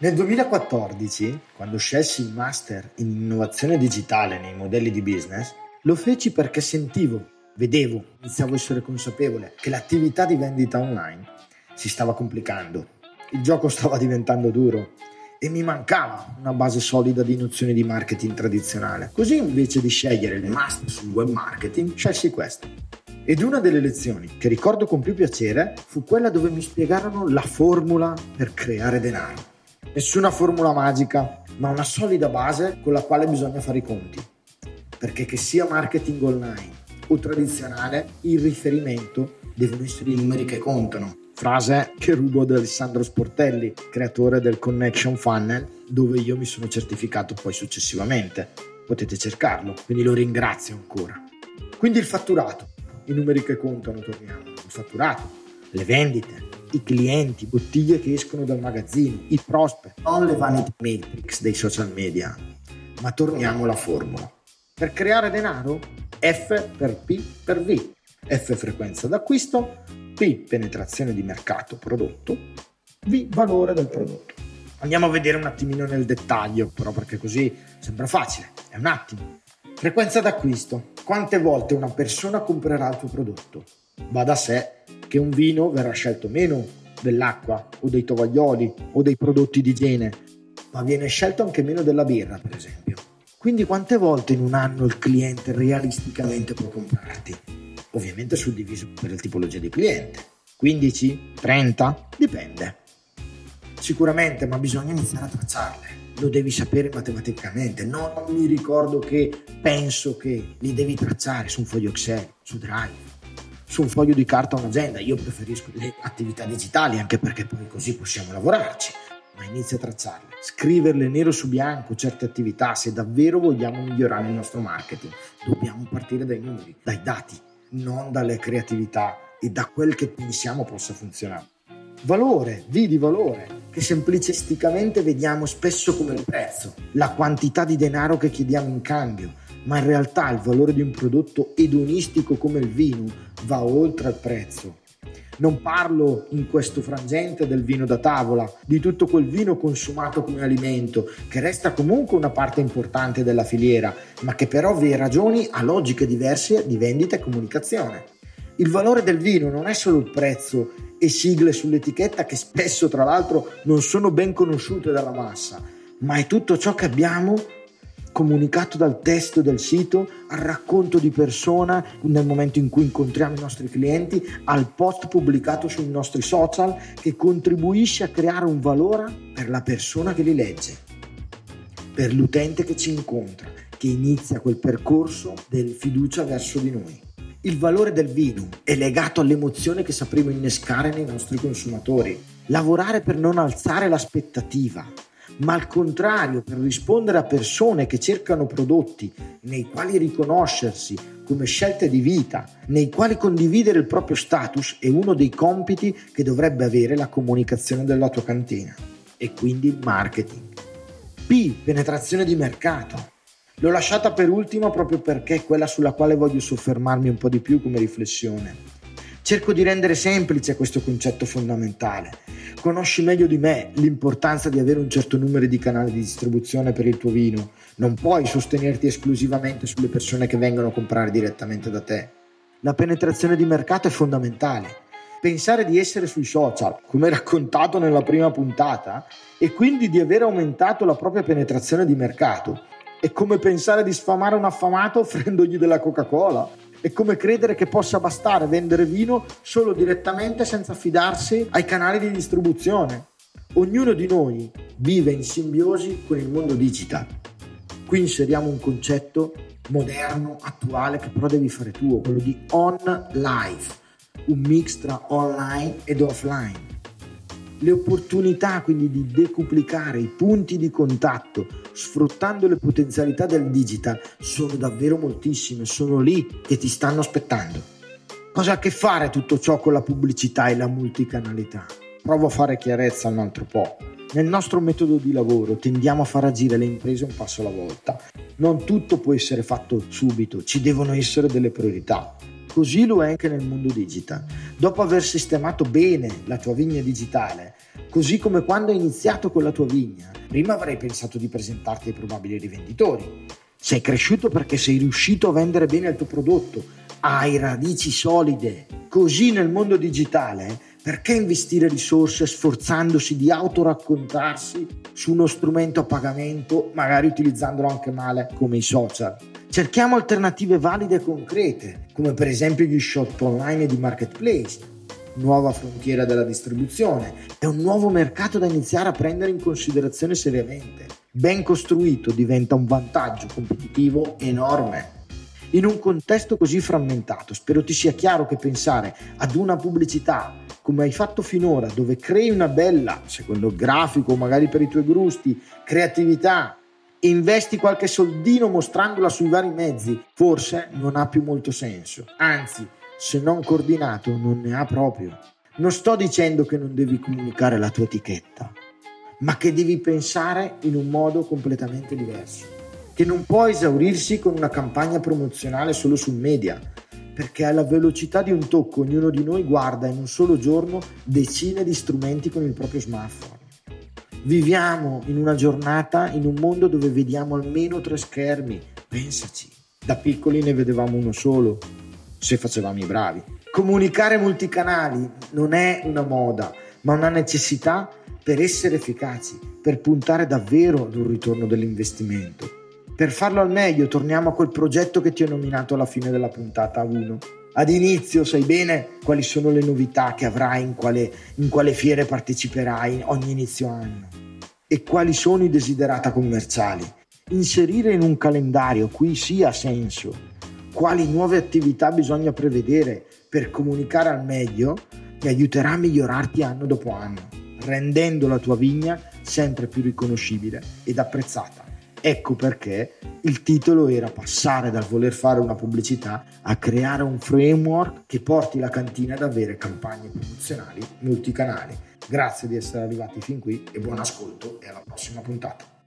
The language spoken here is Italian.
Nel 2014, quando scelsi il master in innovazione digitale nei modelli di business, lo feci perché vedevo, iniziavo a essere consapevole che l'attività di vendita online si stava complicando, il gioco stava diventando duro e mi mancava una base solida di nozioni di marketing tradizionale. Così, invece di scegliere il master sul web marketing, scelsi questo. Ed una delle lezioni che ricordo con più piacere fu quella dove mi spiegarono la formula per creare denaro. Nessuna formula magica, ma una solida base con la quale bisogna fare i conti. Perché che sia marketing online o tradizionale, il riferimento devono essere i numeri che contano. Frase che rubo da Alessandro Sportelli, creatore del Connection Funnel, dove io mi sono certificato poi successivamente. Potete cercarlo, quindi lo ringrazio ancora. Quindi il fatturato, i numeri che contano, torniamo. Il fatturato, le vendite, i clienti, bottiglie che escono dal magazzino, i prospect, non le vanity matrix dei social media, ma torniamo alla formula. Per creare denaro, F per P per V. F frequenza d'acquisto, P penetrazione di mercato prodotto, V valore del prodotto. Andiamo a vedere un attimino nel dettaglio, però, perché così sembra facile, è un attimo. Frequenza d'acquisto. Quante volte una persona comprerà il tuo prodotto? Va da sé che un vino verrà scelto meno dell'acqua o dei tovaglioli o dei prodotti di igiene, ma viene scelto anche meno della birra, per esempio. Quindi quante volte in un anno il cliente realisticamente può comprarti? Ovviamente suddiviso per la tipologia di cliente. 15? 30? Dipende. Sicuramente, ma bisogna iniziare a tracciarle. Lo devi sapere matematicamente. Non mi ricordo che, penso che li devi tracciare su un foglio Excel, su Drive, su un foglio di carta o un'agenda. Io preferisco le attività digitali, anche perché poi così possiamo lavorarci. Ma inizia a tracciarle, scriverle nero su bianco certe attività. Se davvero vogliamo migliorare il nostro marketing, dobbiamo partire dai numeri, dai dati, non dalle creatività e da quel che pensiamo possa funzionare. Valore, V di valore, che semplicisticamente vediamo spesso come il prezzo, la quantità di denaro che chiediamo in cambio, ma in realtà il valore di un prodotto edonistico come il vino va oltre il prezzo. Non parlo in questo frangente del vino da tavola, di tutto quel vino consumato come alimento, che resta comunque una parte importante della filiera, ma che per ovvie ragioni ha logiche diverse di vendita e comunicazione. Il valore del vino non è solo il prezzo e sigle sull'etichetta, che spesso tra l'altro non sono ben conosciute dalla massa, ma è tutto ciò che abbiamo comunicato dal testo del sito, al racconto di persona nel momento in cui incontriamo i nostri clienti, al post pubblicato sui nostri social, che contribuisce a creare un valore per la persona che li legge, per l'utente che ci incontra, che inizia quel percorso del fiducia verso di noi. Il valore del vino è legato all'emozione che sapremo innescare nei nostri consumatori. Lavorare per non alzare l'aspettativa, ma al contrario per rispondere a persone che cercano prodotti nei quali riconoscersi come scelte di vita, nei quali condividere il proprio status, è uno dei compiti che dovrebbe avere la comunicazione della tua cantina e quindi il marketing. P, penetrazione di mercato. L'ho lasciata per ultima proprio perché è quella sulla quale voglio soffermarmi un po' di più come riflessione. Cerco di rendere semplice questo concetto fondamentale. Conosci meglio di me l'importanza di avere un certo numero di canali di distribuzione per il tuo vino. Non puoi sostenerti esclusivamente sulle persone che vengono a comprare direttamente da te. La penetrazione di mercato è fondamentale. Pensare di essere sui social, come raccontato nella prima puntata, e quindi di aver aumentato la propria penetrazione di mercato, è come pensare di sfamare un affamato offrendogli della Coca-Cola. È come credere che possa bastare vendere vino solo direttamente senza affidarsi ai canali di distribuzione. Ognuno di noi vive in simbiosi con il mondo digital. Qui inseriamo un concetto moderno, attuale, che però devi fare tuo, quello di on-life, un mix tra online ed offline. Le opportunità quindi di decuplicare i punti di contatto sfruttando le potenzialità del digital sono davvero moltissime, sono lì che ti stanno aspettando. Cosa ha a che fare tutto ciò con la pubblicità e la multicanalità? Provo a fare chiarezza un altro po'. Nel nostro metodo di lavoro tendiamo a far agire le imprese un passo alla volta. Non tutto può essere fatto subito, ci devono essere delle priorità. Così lo è anche nel mondo digital. Dopo aver sistemato bene la tua vigna digitale, così come quando hai iniziato con la tua vigna, prima avrei pensato di presentarti ai probabili rivenditori. Sei cresciuto perché sei riuscito a vendere bene il tuo prodotto, hai radici solide. Così nel mondo digitale, perché investire risorse sforzandosi di autoraccontarsi su uno strumento a pagamento, magari utilizzandolo anche male come i social? Cerchiamo alternative valide e concrete, come per esempio gli shop online e di marketplace, nuova frontiera della distribuzione, è un nuovo mercato da iniziare a prendere in considerazione seriamente. Ben costruito diventa un vantaggio competitivo enorme. In un contesto così frammentato, spero ti sia chiaro che pensare ad una pubblicità come hai fatto finora, dove crei una bella, secondo il grafico, magari per i tuoi gusti, creatività, e investi qualche soldino mostrandola sui vari mezzi, forse non ha più molto senso. Anzi, se non coordinato, non ne ha proprio. Non sto dicendo che non devi comunicare la tua etichetta, ma che devi pensare in un modo completamente diverso, che non può esaurirsi con una campagna promozionale solo sul media, perché alla velocità di un tocco ognuno di noi guarda in un solo giorno decine di strumenti con il proprio smartphone. Viviamo in una giornata in un mondo dove vediamo almeno 3 schermi, pensaci. Da piccoli ne vedevamo uno solo, se facevamo i bravi. Comunicare multicanali non è una moda, ma una necessità per essere efficaci, per puntare davvero ad un ritorno dell'investimento. Per farlo al meglio torniamo a quel progetto che ti ho nominato alla fine della puntata 1. Ad inizio sai bene quali sono le novità che avrai, in quale fiere parteciperai ogni inizio anno e quali sono i desiderata commerciali. Inserire in un calendario qui sì ha senso. Quali nuove attività bisogna prevedere per comunicare al meglio ti aiuterà a migliorarti anno dopo anno, rendendo la tua vigna sempre più riconoscibile ed apprezzata. Ecco perché il titolo era passare dal voler fare una pubblicità a creare un framework che porti la cantina ad avere campagne promozionali multicanali. Grazie di essere arrivati fin qui e buon ascolto e alla prossima puntata.